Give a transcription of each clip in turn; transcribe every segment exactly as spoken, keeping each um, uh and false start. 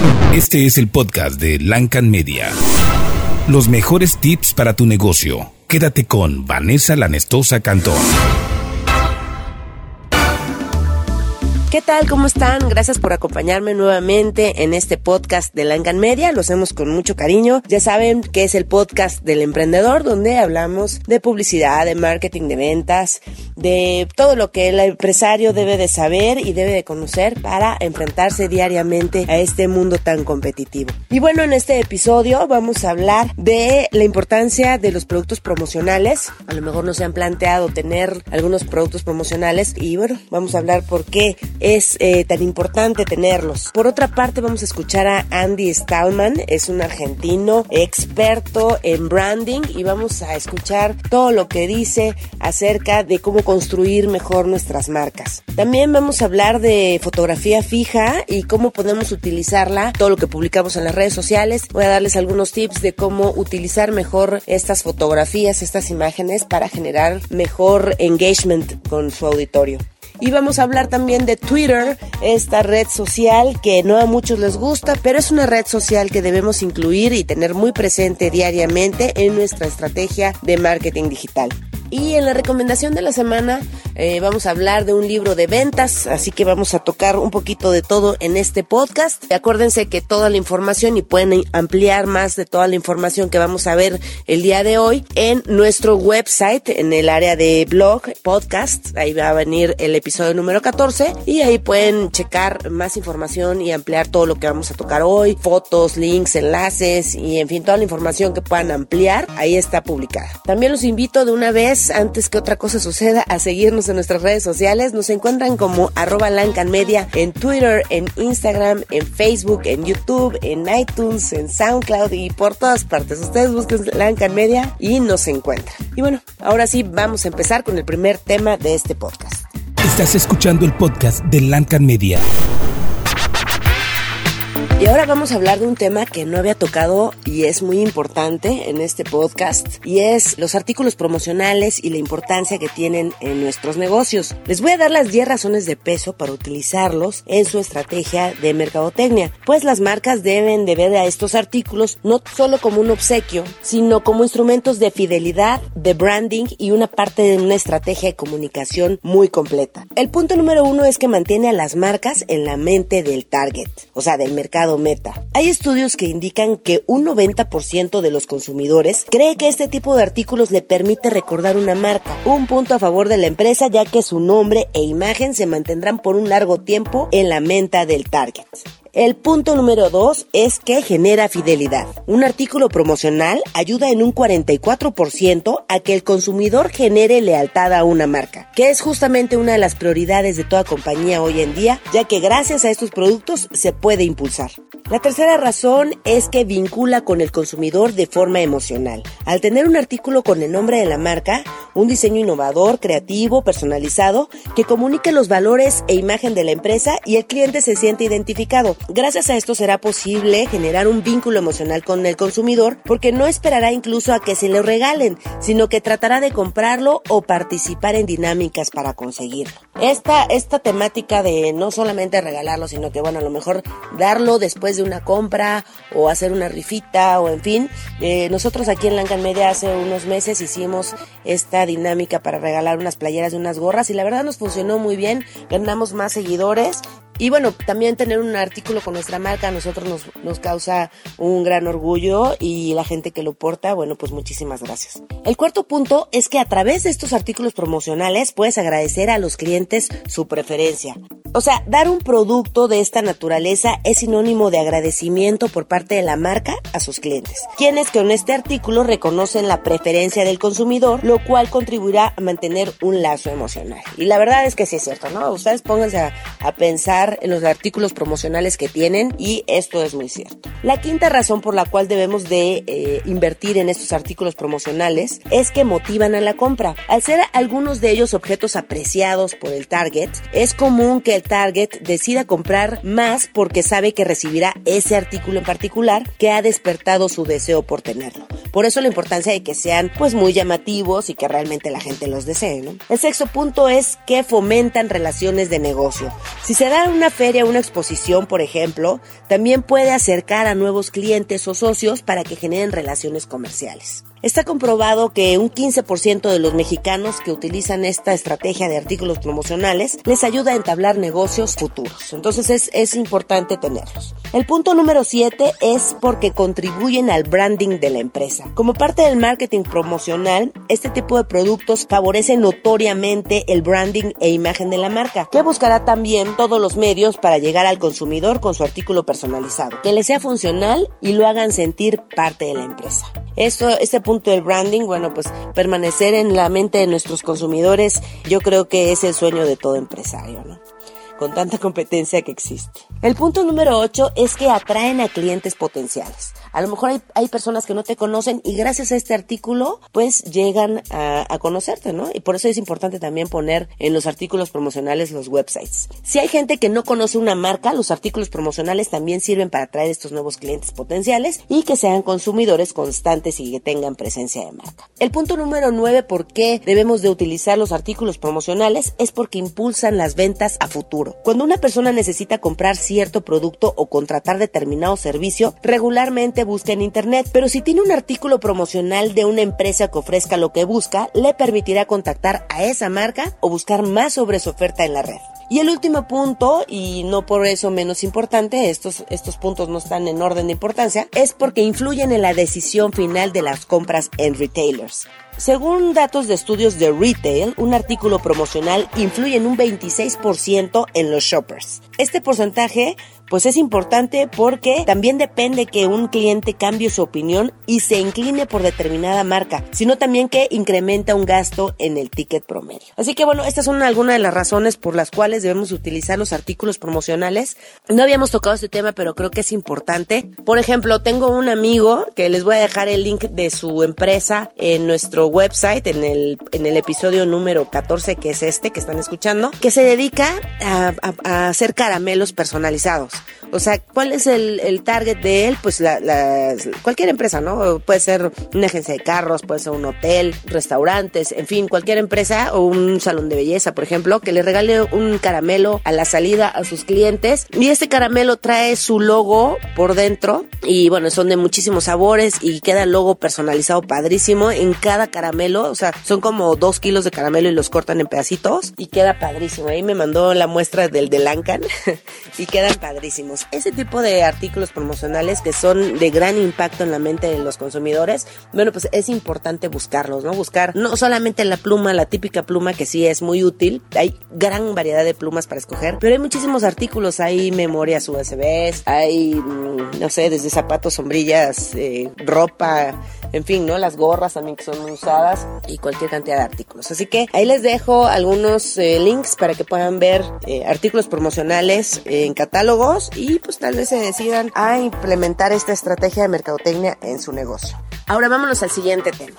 Este es el podcast de Lancan Media. Los mejores tips para tu negocio. Quédate con Vanessa Lanestosa Cantón. ¿Qué tal? ¿Cómo están? Gracias por acompañarme nuevamente en este podcast de Lancan Media. Lo hacemos con mucho cariño. Ya saben que es el podcast del emprendedor, donde hablamos de publicidad, de marketing, de ventas, de todo lo que el empresario debe de saber y debe de conocer para enfrentarse diariamente a este mundo tan competitivo. Y bueno, en este episodio vamos a hablar de la importancia de los productos promocionales. A lo mejor no se han planteado tener algunos productos promocionales y bueno, vamos a hablar por qué es eh, tan importante tenerlos. Por otra parte, vamos a escuchar a Andy Stallman, es un argentino experto en branding y vamos a escuchar todo lo que dice acerca de cómo construir mejor nuestras marcas. También vamos a hablar de fotografía fija y cómo podemos utilizarla, todo lo que publicamos en las redes sociales. Voy a darles algunos tips de cómo utilizar mejor estas fotografías, estas imágenes para generar mejor engagement con su auditorio. Y vamos a hablar también de Twitter, esta red social que no a muchos les gusta, pero es una red social que debemos incluir y tener muy presente diariamente en nuestra estrategia de marketing digital. Y en la recomendación de la semana eh, vamos a hablar de un libro de ventas, así que vamos a tocar un poquito de todo en este podcast. Acuérdense que toda la información y pueden ampliar más de toda la información que vamos a ver el día de hoy en nuestro website, en el área de blog, podcast, ahí va a venir el episodio número catorce y ahí pueden checar más información y ampliar todo lo que vamos a tocar hoy, fotos, links, enlaces y en fin, toda la información que puedan ampliar, ahí está publicada. También los invito de una vez, antes que otra cosa suceda, a seguirnos en nuestras redes sociales. Nos encuentran como arroba Lancan Media en Twitter, en Instagram, en Facebook, en YouTube, en iTunes, en SoundCloud y por todas partes. Ustedes busquen Lancan Media y nos encuentran. Y bueno, ahora sí vamos a empezar con el primer tema de este podcast. Estás escuchando el podcast de Lancan Media. Y ahora vamos a hablar de un tema que no había tocado y es muy importante en este podcast, y es los artículos promocionales y la importancia que tienen en nuestros negocios. Les voy a dar las diez razones de peso para utilizarlos en su estrategia de mercadotecnia, pues las marcas deben de ver a estos artículos no solo como un obsequio, sino como instrumentos de fidelidad, de branding y una parte de una estrategia de comunicación muy completa. El punto número uno es que mantiene a las marcas en la mente del target, o sea, del mercado meta. Hay estudios que indican que un noventa por ciento de los consumidores cree que este tipo de artículos le permite recordar una marca, un punto a favor de la empresa, ya que su nombre e imagen se mantendrán por un largo tiempo en la mente del target. El punto número dos es que genera fidelidad. Un artículo promocional ayuda en un cuarenta y cuatro por ciento a que el consumidor genere lealtad a una marca, que es justamente una de las prioridades de toda compañía hoy en día, ya que gracias a estos productos se puede impulsar. La tercera razón es que vincula con el consumidor de forma emocional. Al tener un artículo con el nombre de la marca, un diseño innovador, creativo, personalizado, que comunique los valores e imagen de la empresa y el cliente se siente identificado. Gracias a esto será posible generar un vínculo emocional con el consumidor, porque no esperará incluso a que se lo regalen, sino que tratará de comprarlo o participar en dinámicas para conseguirlo. Esta, esta temática de no solamente regalarlo, sino que bueno, a lo mejor darlo después de una compra o hacer una rifita o en fin, eh, nosotros aquí en Lancan Media hace unos meses hicimos esta dinámica para regalar unas playeras y unas gorras y la verdad nos funcionó muy bien, ganamos más seguidores. Y bueno, también tener un artículo con nuestra marca a nosotros nos, nos causa un gran orgullo y la gente que lo porta, bueno, pues muchísimas gracias. El cuarto punto es que a través de estos artículos promocionales puedes agradecer a los clientes su preferencia. O sea, dar un producto de esta naturaleza es sinónimo de agradecimiento por parte de la marca a sus clientes, quienes con este artículo reconocen la preferencia del consumidor, lo cual contribuirá a mantener un lazo emocional. Y la verdad es que sí es cierto, ¿no? Ustedes pónganse a, a pensar en los artículos promocionales que tienen y esto es muy cierto. La quinta razón por la cual debemos de eh, invertir en estos artículos promocionales es que motivan a la compra. Al ser algunos de ellos objetos apreciados por el target, es común que el el target decida comprar más porque sabe que recibirá ese artículo en particular que ha despertado su deseo por tenerlo. Por eso la importancia de que sean pues muy llamativos y que realmente la gente los desee, ¿no? El sexto punto es que fomentan relaciones de negocio. Si se da una feria o una exposición, por ejemplo, también puede acercar a nuevos clientes o socios para que generen relaciones comerciales. Está comprobado que un quince por ciento de los mexicanos que utilizan esta estrategia de artículos promocionales les ayuda a entablar negocios futuros. Entonces es, es importante tenerlos. El punto número siete es porque contribuyen al branding de la empresa. Como parte del marketing promocional, este tipo de productos favorece notoriamente el branding e imagen de la marca, que buscará también todos los medios para llegar al consumidor con su artículo personalizado, que le sea funcional y lo hagan sentir parte de la empresa. Esto, este punto del branding, bueno, pues permanecer en la mente de nuestros consumidores, yo creo que es el sueño de todo empresario, ¿no? Con tanta competencia que existe. El punto número ocho es que atraen a clientes potenciales. A lo mejor hay, hay personas que no te conocen y gracias a este artículo pues llegan a, a conocerte, ¿no? Y por eso es importante también poner en los artículos promocionales los websites. Si hay gente que no conoce una marca, los artículos promocionales también sirven para atraer estos nuevos clientes potenciales y que sean consumidores constantes y que tengan presencia de marca. El punto número nueve, ¿por qué debemos de utilizar los artículos promocionales? Es porque impulsan las ventas a futuro. Cuando una persona necesita comprar cierto producto o contratar determinado servicio, regularmente busca en internet, pero si tiene un artículo promocional de una empresa que ofrezca lo que busca, le permitirá contactar a esa marca o buscar más sobre su oferta en la red. Y el último punto, y no por eso menos importante, estos, estos puntos no están en orden de importancia, es porque influyen en la decisión final de las compras en retailers. Según datos de estudios de retail, un artículo promocional influye en un veintiséis por ciento en los shoppers. Este porcentaje pues es importante porque también depende que un cliente cambie su opinión y se incline por determinada marca, sino también que incrementa un gasto en el ticket promedio. Así que bueno, estas son algunas de las razones por las cuales debemos utilizar los artículos promocionales. No habíamos tocado este tema, pero creo que es importante. Por ejemplo, tengo un amigo que les voy a dejar el link de su empresa en nuestro website, en el, en el episodio número catorce, que es este que están escuchando, que se dedica a, a, a hacer caramelos personalizados. O sea, ¿cuál es el, el target de él? Pues la, la, cualquier empresa, ¿no? Puede ser una agencia de carros, puede ser un hotel, restaurantes, en fin, cualquier empresa o un salón de belleza, por ejemplo, que le regale un caramelo a la salida a sus clientes. Y este caramelo trae su logo por dentro y bueno, son de muchísimos sabores y queda el logo personalizado padrísimo en cada caramelo. O sea, son como dos kilos de caramelo y los cortan en pedacitos y queda padrísimo. Ahí me mandó la muestra del de Lancan y quedan padrísimos. Ese tipo de artículos promocionales que son de gran impacto en la mente de los consumidores, bueno, pues es importante buscarlos, ¿no? Buscar no solamente la pluma, la típica pluma que sí es muy útil, hay gran variedad de plumas para escoger, pero hay muchísimos artículos, hay memorias U S Bs, hay, no sé, desde zapatos, sombrillas, eh, ropa, en fin, ¿no? Las gorras también que son muy usadas y cualquier cantidad de artículos. Así que ahí les dejo algunos eh, links para que puedan ver eh, artículos promocionales eh, en catálogos y pues tal vez se decidan a implementar esta estrategia de mercadotecnia en su negocio. Ahora vámonos al siguiente tema.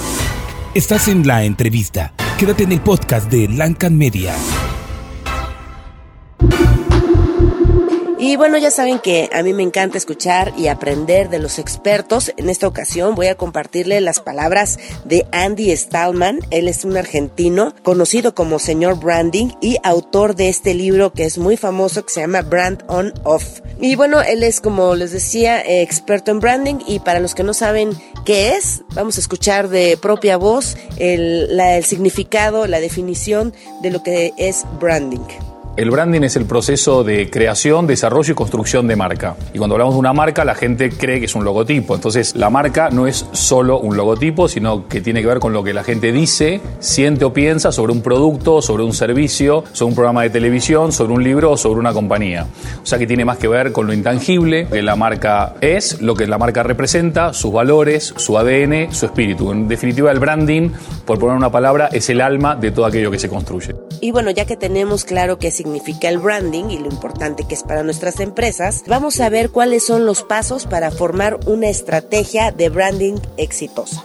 Estás en la entrevista. Quédate en el podcast de Lancan Media. Y bueno, ya saben que a mí me encanta escuchar y aprender de los expertos. En esta ocasión voy a compartirle las palabras de Andy Stallman. Él es un argentino conocido como Señor Branding y autor de este libro que es muy famoso que se llama Brand On Off. Y bueno, él es, como les decía, experto en branding, y para los que no saben qué es, vamos a escuchar de propia voz el, la, el significado, la definición de lo que es branding. El branding es el proceso de creación, desarrollo y construcción de marca. Y cuando hablamos de una marca, la gente cree que es un logotipo. Entonces, la marca no es solo un logotipo, sino que tiene que ver con lo que la gente dice, siente o piensa sobre un producto, sobre un servicio, sobre un programa de televisión, sobre un libro o sobre una compañía. O sea que tiene más que ver con lo intangible que la marca es, lo que la marca representa, sus valores, su A D N, su espíritu. En definitiva, el branding, por poner una palabra, es el alma de todo aquello que se construye. Y bueno, ya que tenemos claro qué significa el branding y lo importante que es para nuestras empresas, vamos a ver cuáles son los pasos para formar una estrategia de branding exitosa.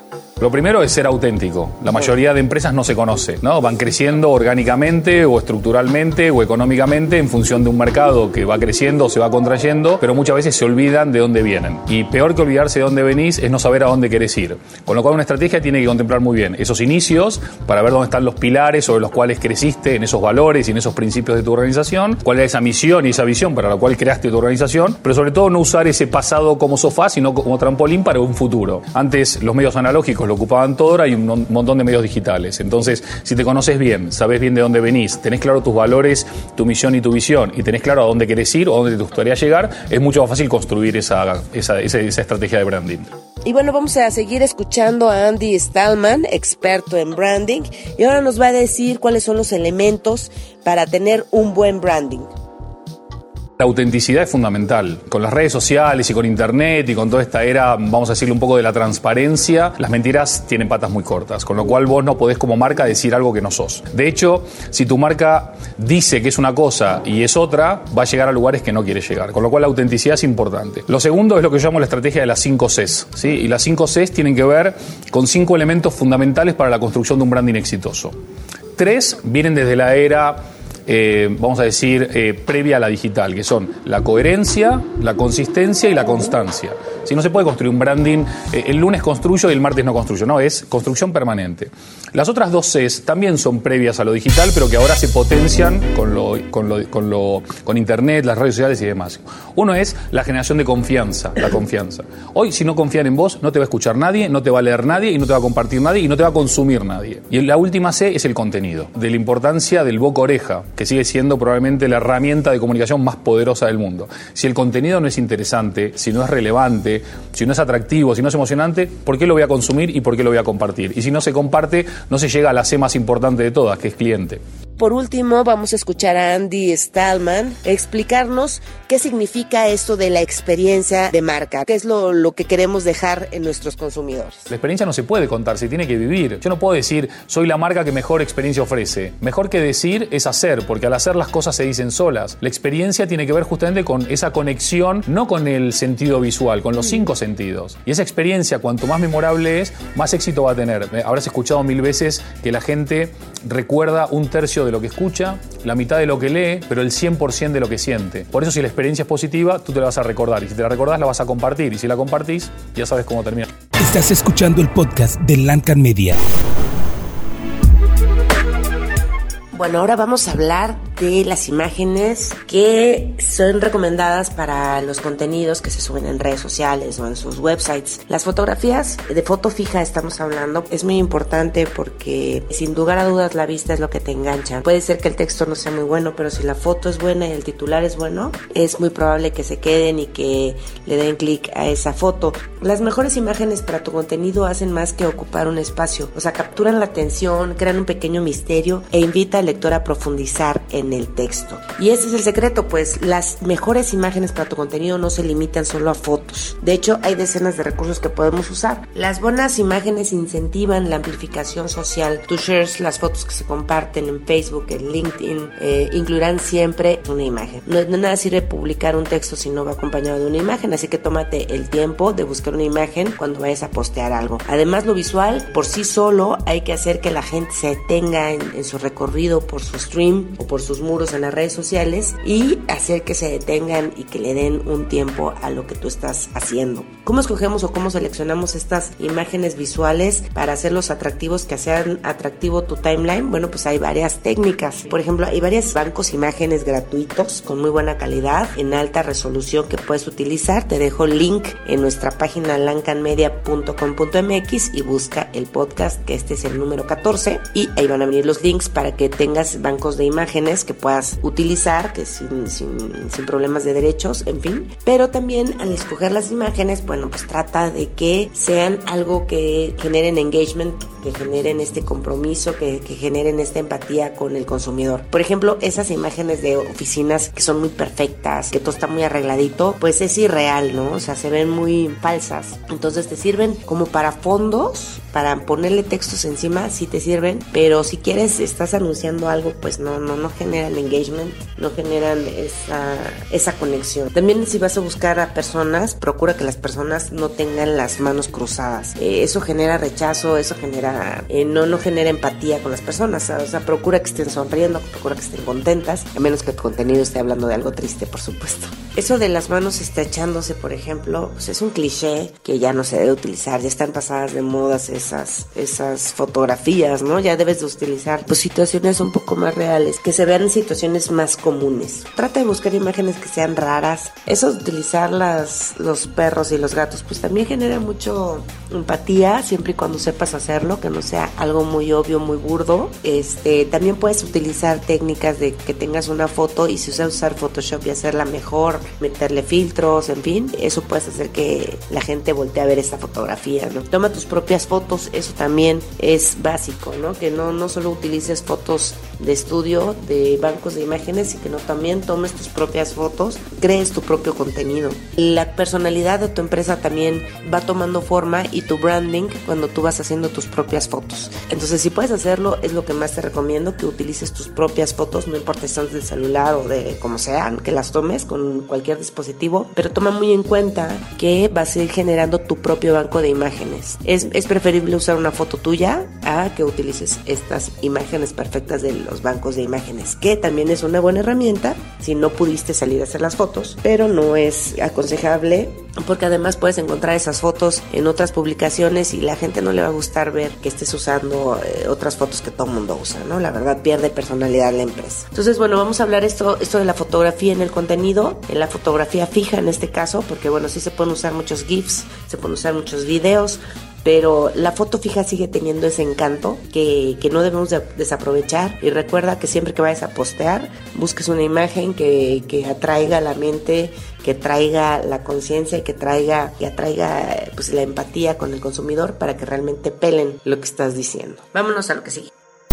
Lo primero es ser auténtico. La mayoría de empresas no se conoce, ¿no? Van creciendo orgánicamente o estructuralmente o económicamente en función de un mercado que va creciendo o se va contrayendo, pero muchas veces se olvidan de dónde vienen. Y peor que olvidarse de dónde venís es no saber a dónde querés ir. Con lo cual una estrategia tiene que contemplar muy bien esos inicios para ver dónde están los pilares sobre los cuales creciste, en esos valores y en esos principios de tu organización, cuál es esa misión y esa visión para la cual creaste tu organización, pero sobre todo no usar ese pasado como sofá, sino como trampolín para un futuro. Antes los medios analógicos lo ocupaban todo, ahora hay un montón de medios digitales. Entonces, si te conoces bien, sabes bien de dónde venís, tenés claro tus valores, tu misión y tu visión, y tenés claro a dónde querés ir o a dónde te gustaría llegar, es mucho más fácil construir esa, esa, esa, esa estrategia de branding. Y bueno, vamos a seguir escuchando a Andy Stallman, experto en branding, y ahora nos va a decir cuáles son los elementos para tener un buen branding. La autenticidad es fundamental. Con las redes sociales y con internet y con toda esta era, vamos a decirle un poco de la transparencia, las mentiras tienen patas muy cortas, con lo cual vos no podés como marca decir algo que no sos. De hecho, si tu marca dice que es una cosa y es otra, va a llegar a lugares que no quiere llegar, con lo cual la autenticidad es importante. Lo segundo es lo que yo llamo la estrategia de las cinco Cs, ¿sí? Y las cinco Cs tienen que ver con cinco elementos fundamentales para la construcción de un branding exitoso. Tres vienen desde la era Eh, vamos a decir, eh, previa a la digital, que son la coherencia, la consistencia y la constancia. Si no se puede construir un branding, eh, el lunes construyo y el martes no construyo, no, es construcción permanente. Las otras dos Cs también son previas a lo digital, pero que ahora se potencian con, lo, con, lo, con, lo, con internet, las redes sociales y demás. Uno es la generación de confianza, la confianza. Hoy, si no confían en vos, no te va a escuchar nadie, no te va a leer nadie y no te va a compartir nadie y no te va a consumir nadie. Y la última C es el contenido, de la importancia del boca-oreja, que sigue siendo probablemente la herramienta de comunicación más poderosa del mundo. Si el contenido no es interesante, si no es relevante, si no es atractivo, si no es emocionante, ¿por qué lo voy a consumir y por qué lo voy a compartir? Y si no se comparte, no se llega a la C más importante de todas, que es cliente. Por último, vamos a escuchar a Andy Stallman explicarnos qué significa esto de la experiencia de marca, qué es lo, lo que queremos dejar en nuestros consumidores. La experiencia no se puede contar, se tiene que vivir. Yo no puedo decir, soy la marca que mejor experiencia ofrece. Mejor que decir es hacer, porque al hacer las cosas se dicen solas. La experiencia tiene que ver justamente con esa conexión, no con el sentido visual, con los cinco sentidos. Y esa experiencia, cuanto más memorable es, más éxito va a tener. Habrás escuchado mil veces que la gente recuerda un tercio de lo que escucha, la mitad de lo que lee, pero el cien por ciento de lo que siente. Por eso, si la experiencia es positiva, tú te la vas a recordar. Y si te la recordás, la vas a compartir. Y si la compartís, ya sabes cómo termina. Estás escuchando el podcast de Lancan Media. Bueno, ahora vamos a hablar de las imágenes que son recomendadas para los contenidos que se suben en redes sociales o en sus websites. Las fotografías de foto fija estamos hablando, es muy importante porque sin lugar a dudas la vista es lo que te engancha. Puede ser que el texto no sea muy bueno, pero si la foto es buena y el titular es bueno, es muy probable que se queden y que le den clic a esa foto. Las mejores imágenes para tu contenido hacen más que ocupar un espacio, o sea, capturan la atención, crean un pequeño misterio e invita al lector a profundizar en el texto. Y ese es el secreto, pues las mejores imágenes para tu contenido no se limitan solo a fotos. De hecho, hay decenas de recursos que podemos usar. Las buenas imágenes incentivan la amplificación social. Tus shares, las fotos que se comparten en Facebook, en LinkedIn, eh, incluirán siempre una imagen. No, no nada sirve publicar un texto si no va acompañado de una imagen, así que tómate el tiempo de buscar una imagen cuando vayas a postear algo. Además, lo visual por sí solo hay que hacer que la gente se detenga en, en su recorrido por su stream o por sus muros en las redes sociales y hacer que se detengan y que le den un tiempo a lo que tú estás haciendo. ¿Cómo escogemos o cómo seleccionamos estas imágenes visuales para hacerlos atractivos, que sean atractivo tu timeline? Bueno, pues hay varias técnicas. Por ejemplo, hay varios bancos imágenes gratuitos con muy buena calidad, en alta resolución, que puedes utilizar. Te dejo el link en nuestra página lancan media punto com punto m x y busca el podcast, que este es el número catorce, y ahí van a venir los links para que tengas bancos de imágenes que puedas utilizar, que sin, sin, sin problemas de derechos, en fin. Pero también al escoger las imágenes, bueno, pues trata de que sean algo que generen engagement que generen este compromiso, que, que generen esta empatía con el consumidor. Por ejemplo, esas imágenes de oficinas que son muy perfectas, que todo está muy arregladito, pues es irreal, ¿no? O sea, se ven muy falsas. Entonces te sirven como para fondos, para ponerle textos encima, sí te sirven, pero si quieres, estás anunciando algo, pues no, no, no generan engagement, no generan esa, esa conexión. También si vas a buscar a personas, procura que las personas no tengan las manos cruzadas. Eh, eso genera rechazo, eso genera, eh, no, no genera empatía con las personas. O sea, procura que estén sonriendo, procura que estén contentas, a menos que tu contenido esté hablando de algo triste, por supuesto. Eso de las manos estrechándose, por ejemplo, pues es un cliché que ya no se debe utilizar, ya están pasadas de modas esas, esas fotografías, ¿no? Ya debes de utilizar pues situaciones un poco más reales, que se vean en situaciones más comunes. Trata de buscar imágenes que sean raras. Eso de utilizar las, los perros y los gatos, pues también genera mucho empatía, siempre y cuando sepas hacerlo, que no sea algo muy obvio, muy burdo. Este, también puedes utilizar técnicas de que tengas una foto y si usas usar Photoshop y hacerla mejor, meterle filtros, en fin, eso puedes hacer que la gente voltee a ver esta fotografía, ¿no? Toma tus propias fotos, eso también es básico, ¿no? Que no, no solo utilices fotos de estudio, de bancos de imágenes, y que no también tomes tus propias fotos, crees tu propio contenido. La personalidad de tu empresa también va tomando forma y tu branding cuando tú vas haciendo tus propias fotos. Entonces, si puedes hacerlo, es lo que más te recomiendo, que utilices tus propias fotos, no importa si son del celular o de como sean, que las tomes con cualquier dispositivo, pero toma muy en cuenta que vas a ir generando tu propio banco de imágenes. Es, es preferible usar una foto tuya a que utilices estas imágenes perfectas de los bancos de imágenes, que también es una buena herramienta si no pudiste salir a hacer las fotos, pero no es aconsejable porque además puedes encontrar esas fotos en otras publicaciones y la gente no le va a gustar ver que estés usando eh, otras fotos que todo el mundo usa, ¿no? La verdad pierde personalidad la empresa. Entonces, bueno, vamos a hablar esto, esto de la fotografía en el contenido, en la fotografía fija en este caso, porque bueno, sí se pueden usar muchos GIFs, se pueden usar muchos videos, pero la foto fija sigue teniendo ese encanto que, que no debemos de desaprovechar. Y recuerda que siempre que vayas a postear, busques una imagen que, que atraiga la mente, que traiga la conciencia y que traiga, que atraiga pues, la empatía con el consumidor para que realmente pelen lo que estás diciendo. Vámonos a lo que sigue.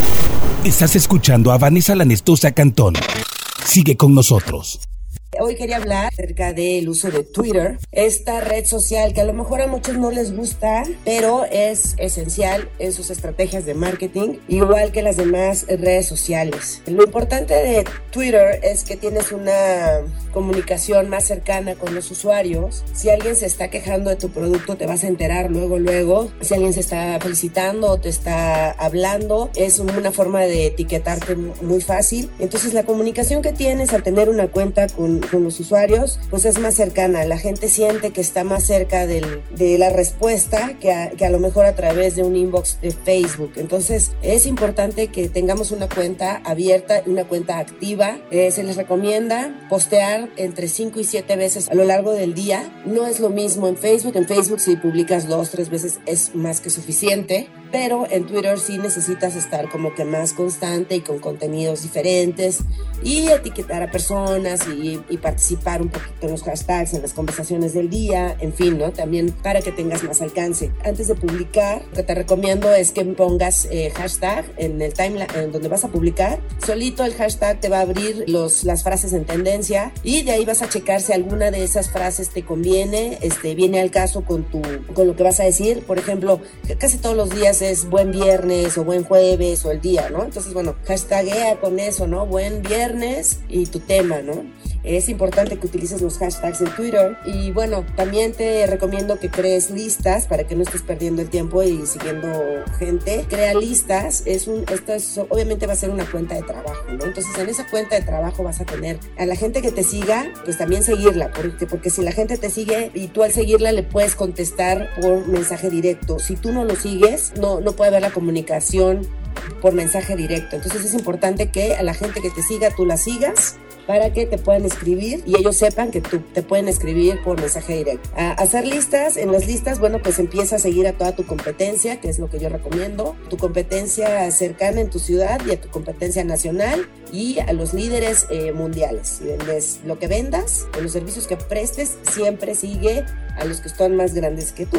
Estás escuchando a Vanessa Lanestosa Cantón. Sigue con nosotros. Hoy quería hablar acerca del uso de Twitter, esta red social que a lo mejor a muchos no les gusta, pero es esencial en sus estrategias de marketing, igual que las demás redes sociales. Lo importante de Twitter es que tienes una comunicación más cercana con los usuarios. Si alguien se está quejando de tu producto, te vas a enterar luego, luego. Si alguien se está felicitando o te está hablando, es una forma de etiquetarte muy fácil. Entonces la comunicación que tienes al tener una cuenta con con los usuarios, pues es más cercana. La gente siente que está más cerca del, de la respuesta que a, que a lo mejor a través de un inbox de Facebook. Entonces es importante que tengamos una cuenta abierta, una cuenta activa. Eh, se les recomienda postear entre cinco y siete veces a lo largo del día. No es lo mismo en Facebook. En Facebook si publicas dos, tres veces es más que suficiente, pero en Twitter sí necesitas estar como que más constante y con contenidos diferentes y etiquetar a personas y, y participar un poquito en los hashtags, en las conversaciones del día, en fin, ¿no? También para que tengas más alcance. Antes de publicar, lo que te recomiendo es que pongas eh, hashtag en el timeline en donde vas a publicar. Solito el hashtag te va a abrir los, las frases en tendencia y de ahí vas a checar si alguna de esas frases te conviene, este, viene al caso con, tu, con lo que vas a decir. Por ejemplo, casi todos los días es buen viernes o buen jueves o el día, ¿no? Entonces, bueno, hashtaguea con eso, ¿no? Buen viernes y tu tema, ¿no? Es importante que utilices los hashtags en Twitter y bueno, también te recomiendo que crees listas para que no estés perdiendo el tiempo y siguiendo gente. Crea listas, es un, esto es, obviamente va a ser una cuenta de trabajo, ¿no? Entonces en esa cuenta de trabajo vas a tener a la gente que te siga, pues también seguirla, porque, porque si la gente te sigue y tú al seguirla le puedes contestar por mensaje directo. Si tú no lo sigues, no, no puede haber la comunicación por mensaje directo. Entonces es importante que a la gente que te siga, tú la sigas para que te puedan escribir y ellos sepan que tú te pueden escribir por mensaje directo. A hacer listas, en las listas, bueno, pues empieza a seguir a toda tu competencia, que es lo que yo recomiendo, tu competencia cercana en tu ciudad y a tu competencia nacional y a los líderes eh, mundiales. Si vendes lo que vendas o los servicios que prestes, siempre sigue a los que están más grandes que tú.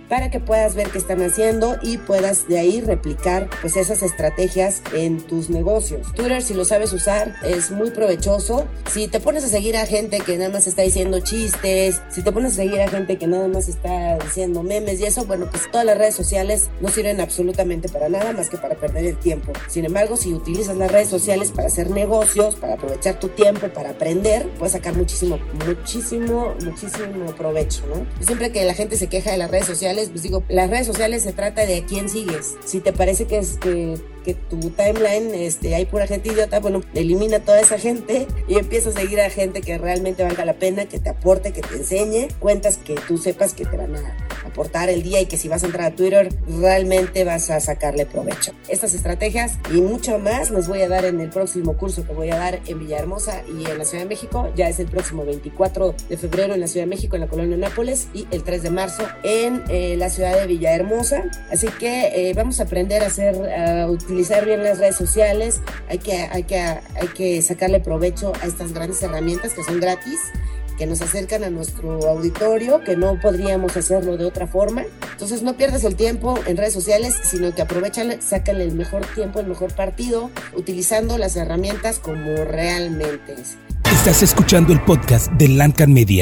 para que puedas ver qué están haciendo y puedas de ahí replicar pues esas estrategias en tus negocios. Twitter, si lo sabes usar, es muy provechoso. Si te pones a seguir a gente que nada más está diciendo chistes, si te pones a seguir a gente que nada más está diciendo memes y eso, bueno, pues todas las redes sociales no sirven absolutamente para nada más que para perder el tiempo. Sin embargo, si utilizas las redes sociales para hacer negocios, para aprovechar tu tiempo, para aprender, puedes sacar muchísimo, muchísimo, muchísimo provecho, ¿no? Siempre que la gente se queja de las redes sociales, pues digo, las redes sociales se trata de a quién sigues. Si te parece que es que que tu timeline este, hay pura gente idiota, bueno, elimina toda esa gente y empieza a seguir a gente que realmente valga la pena, que te aporte, que te enseñe, cuentas que tú sepas que te van a aportar el día y que si vas a entrar a Twitter realmente vas a sacarle provecho. Estas estrategias y mucho más les voy a dar en el próximo curso que voy a dar en Villahermosa y en la Ciudad de México. Ya es el próximo veinticuatro de febrero en la Ciudad de México, en la colonia Nápoles, y el tres de marzo en eh, la ciudad de Villahermosa. Así que eh, vamos a aprender a hacer, a utilizar utilizar bien las redes sociales, hay que, hay, que, hay que sacarle provecho a estas grandes herramientas que son gratis, que nos acercan a nuestro auditorio, que no podríamos hacerlo de otra forma. Entonces no pierdas el tiempo en redes sociales, sino que aprovechan, sácale el mejor tiempo, el mejor partido, utilizando las herramientas como realmente es. Estás escuchando el podcast de Lancan Media.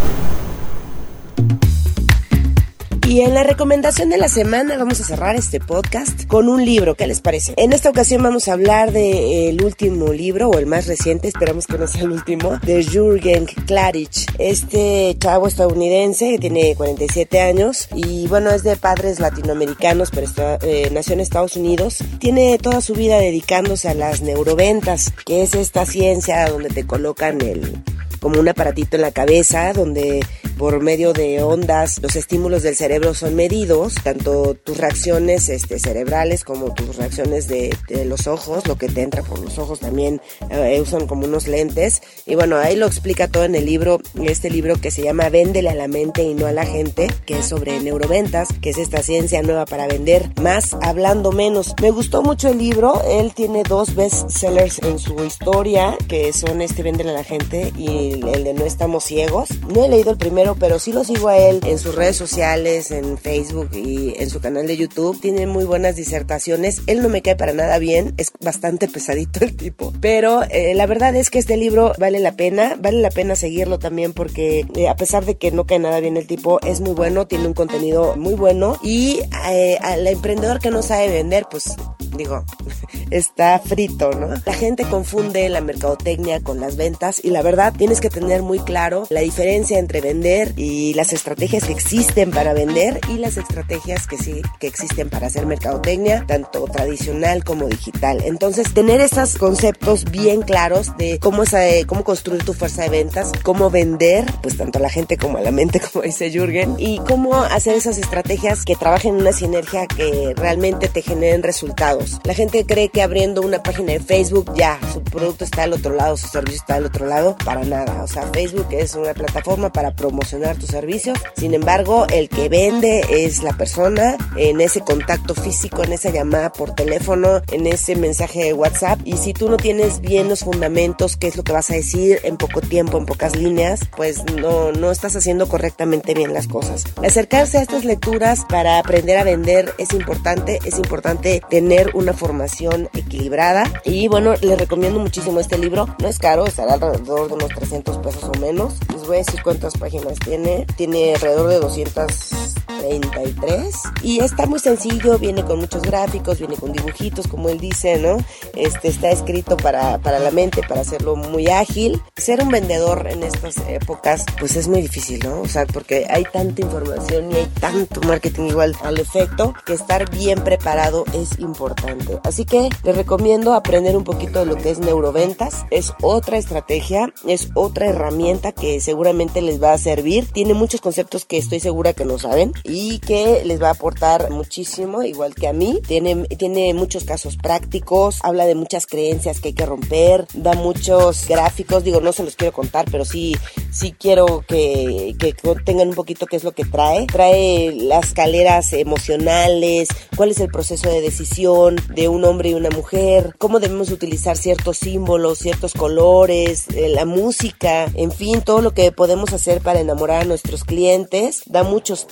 Y en la recomendación de la semana vamos a cerrar este podcast con un libro. ¿Qué les parece? En esta ocasión vamos a hablar del de último libro, o el más reciente, esperamos que no sea el último, de Jürgen Klarich. Este chavo estadounidense que tiene cuarenta y siete años y bueno, es de padres latinoamericanos, pero está, eh, nació en Estados Unidos. Tiene toda su vida dedicándose a las neuroventas, que es esta ciencia donde te colocan el... como un aparatito en la cabeza donde por medio de ondas los estímulos del cerebro son medidos, tanto tus reacciones este, cerebrales como tus reacciones de, de los ojos, lo que te entra por los ojos también eh, usan como unos lentes. Y bueno, ahí lo explica todo en el libro, este libro que se llama Véndele a la mente y no a la gente, que es sobre neuroventas, que es esta ciencia nueva para vender más hablando menos. Me gustó mucho el libro, él tiene dos bestsellers en su historia, que son este Véndele a la gente y el de No estamos ciegos. No he leído el primero, pero sí lo sigo a él en sus redes sociales, en Facebook y en su canal de YouTube. Tiene muy buenas disertaciones. Él no me cae para nada bien, es bastante pesadito el tipo, pero eh, la verdad es que este libro vale la pena, vale la pena seguirlo también porque eh, a pesar de que no cae nada bien el tipo, es muy bueno, tiene un contenido muy bueno y eh, al emprendedor que no sabe vender, pues digo, está frito, ¿no? La gente confunde la mercadotecnia con las ventas y la verdad tienes que tener muy claro la diferencia entre vender y las estrategias que existen para vender y las estrategias que sí que existen para hacer mercadotecnia, tanto tradicional como digital. Entonces, tener esos conceptos bien claros de cómo es, eh, cómo construir tu fuerza de ventas, cómo vender, pues tanto a la gente como a la mente, como dice Jürgen, y cómo hacer esas estrategias que trabajen en una sinergia que realmente te generen resultados. La gente cree que abriendo una página de Facebook ya su producto está al otro lado, su servicio está al otro lado. Para nada. O sea, Facebook es una plataforma para promocionar tus servicios. Sin embargo, el que vende es la persona en ese contacto físico, en esa llamada por teléfono, en ese mensaje de WhatsApp. Y si tú no tienes bien los fundamentos, qué es lo que vas a decir en poco tiempo, en pocas líneas, pues no, no estás haciendo correctamente bien las cosas. Acercarse a estas lecturas para aprender a vender es importante. Es importante tener una formación equilibrada. Y bueno, les recomiendo muchísimo este libro. No es caro, estará alrededor de unos trescientos pesos o menos. Les voy a decir cuántas páginas tiene. Tiene alrededor de doscientas treinta y tres y está muy sencillo, viene con muchos gráficos, viene con dibujitos, como él dice, ¿no? Este está escrito para, para la mente, para hacerlo muy ágil. Ser un vendedor en estas épocas, pues es muy difícil, ¿no? O sea, porque hay tanta información y hay tanto marketing igual al efecto, que estar bien preparado es importante. Así que les recomiendo aprender un poquito de lo que es neuroventas. Es otra estrategia, es otra herramienta que seguramente les va a servir. Tiene muchos conceptos que estoy segura que no saben y que les va a aportar muchísimo, igual que a mí. Tiene, tiene muchos casos prácticos, habla de muchas creencias que hay que romper, da muchos gráficos, digo, no se los quiero contar, pero sí, sí quiero que, que tengan un poquito qué es lo que trae. Trae las escaleras emocionales, cuál es el proceso de decisión de un hombre y una mujer, cómo debemos utilizar ciertos símbolos, ciertos colores, eh, la música, en fin, todo lo que podemos hacer para enamorar a nuestros clientes. Da muchos tips de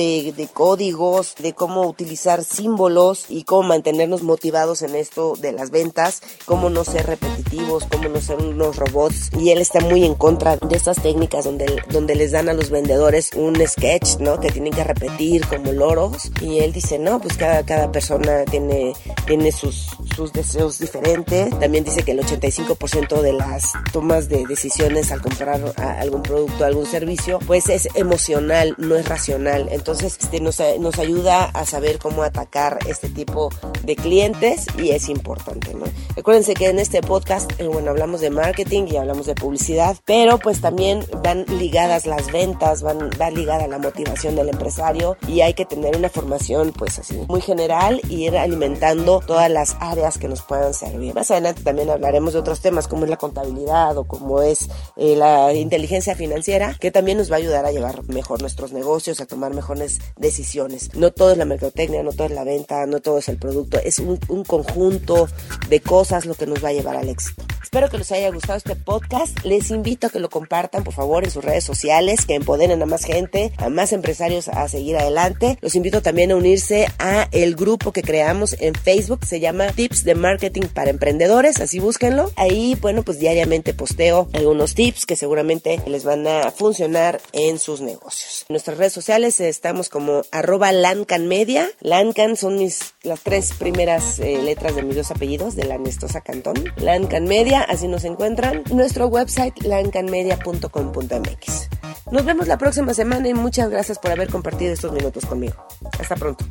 de, de códigos, de cómo utilizar símbolos y cómo mantenernos motivados en esto de las ventas, cómo no ser repetitivos, cómo no ser unos robots. Y él está muy en contra de estas técnicas donde, donde les dan a los vendedores un sketch, ¿no? Que tienen que repetir como loros. Y él dice, no, pues cada, cada persona tiene, tiene sus, sus deseos diferentes. También dice que el ochenta y cinco por ciento de las tomas de decisiones al comprar algún producto, algún servicio, pues es emocional, no es racional. Entonces este, nos, nos ayuda a saber cómo atacar este tipo de clientes y es importante, ¿no? Recuérdense que en este podcast, eh, bueno, hablamos de marketing y hablamos de publicidad, pero pues también van ligadas las ventas, van, va ligada la motivación del empresario y hay que tener una formación pues así muy general y ir alimentando todas las áreas que nos puedan servir. Más adelante también hablaremos de otros temas como es la contabilidad o como es eh, la inteligencia financiera, que también nos va a ayudar a llevar mejor nuestros negocios, a tomar mejores decisiones. No todo es la mercadotecnia, no todo es la venta, no todo es el producto, es un, un conjunto de cosas lo que nos va a llevar al éxito. Espero que les haya gustado este podcast. Les invito a que lo compartan, por favor, en sus redes sociales, que empoderen a más gente, a más empresarios a seguir adelante. Los invito también a unirse a el grupo que creamos en Facebook, se llama Tips de Marketing para Emprendedores, así búsquenlo. Ahí, bueno, pues diariamente posteo algunos tips que seguramente les van a funcionar en sus negocios. En nuestras redes sociales estamos como arroba lancanmedia. Lancan son mis, las tres primeras eh, letras de mis dos apellidos, de la Nestosa Cantón. Lancanmedia, así nos encuentran. Nuestro website lancanmedia punto com punto m x. Nos vemos la próxima semana y muchas gracias por haber compartido estos minutos conmigo. Hasta pronto.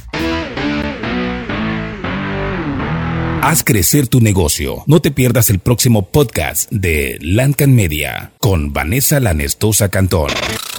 Haz crecer tu negocio. No te pierdas el próximo podcast de Lancan Media con Vanessa la Nestosa Cantón.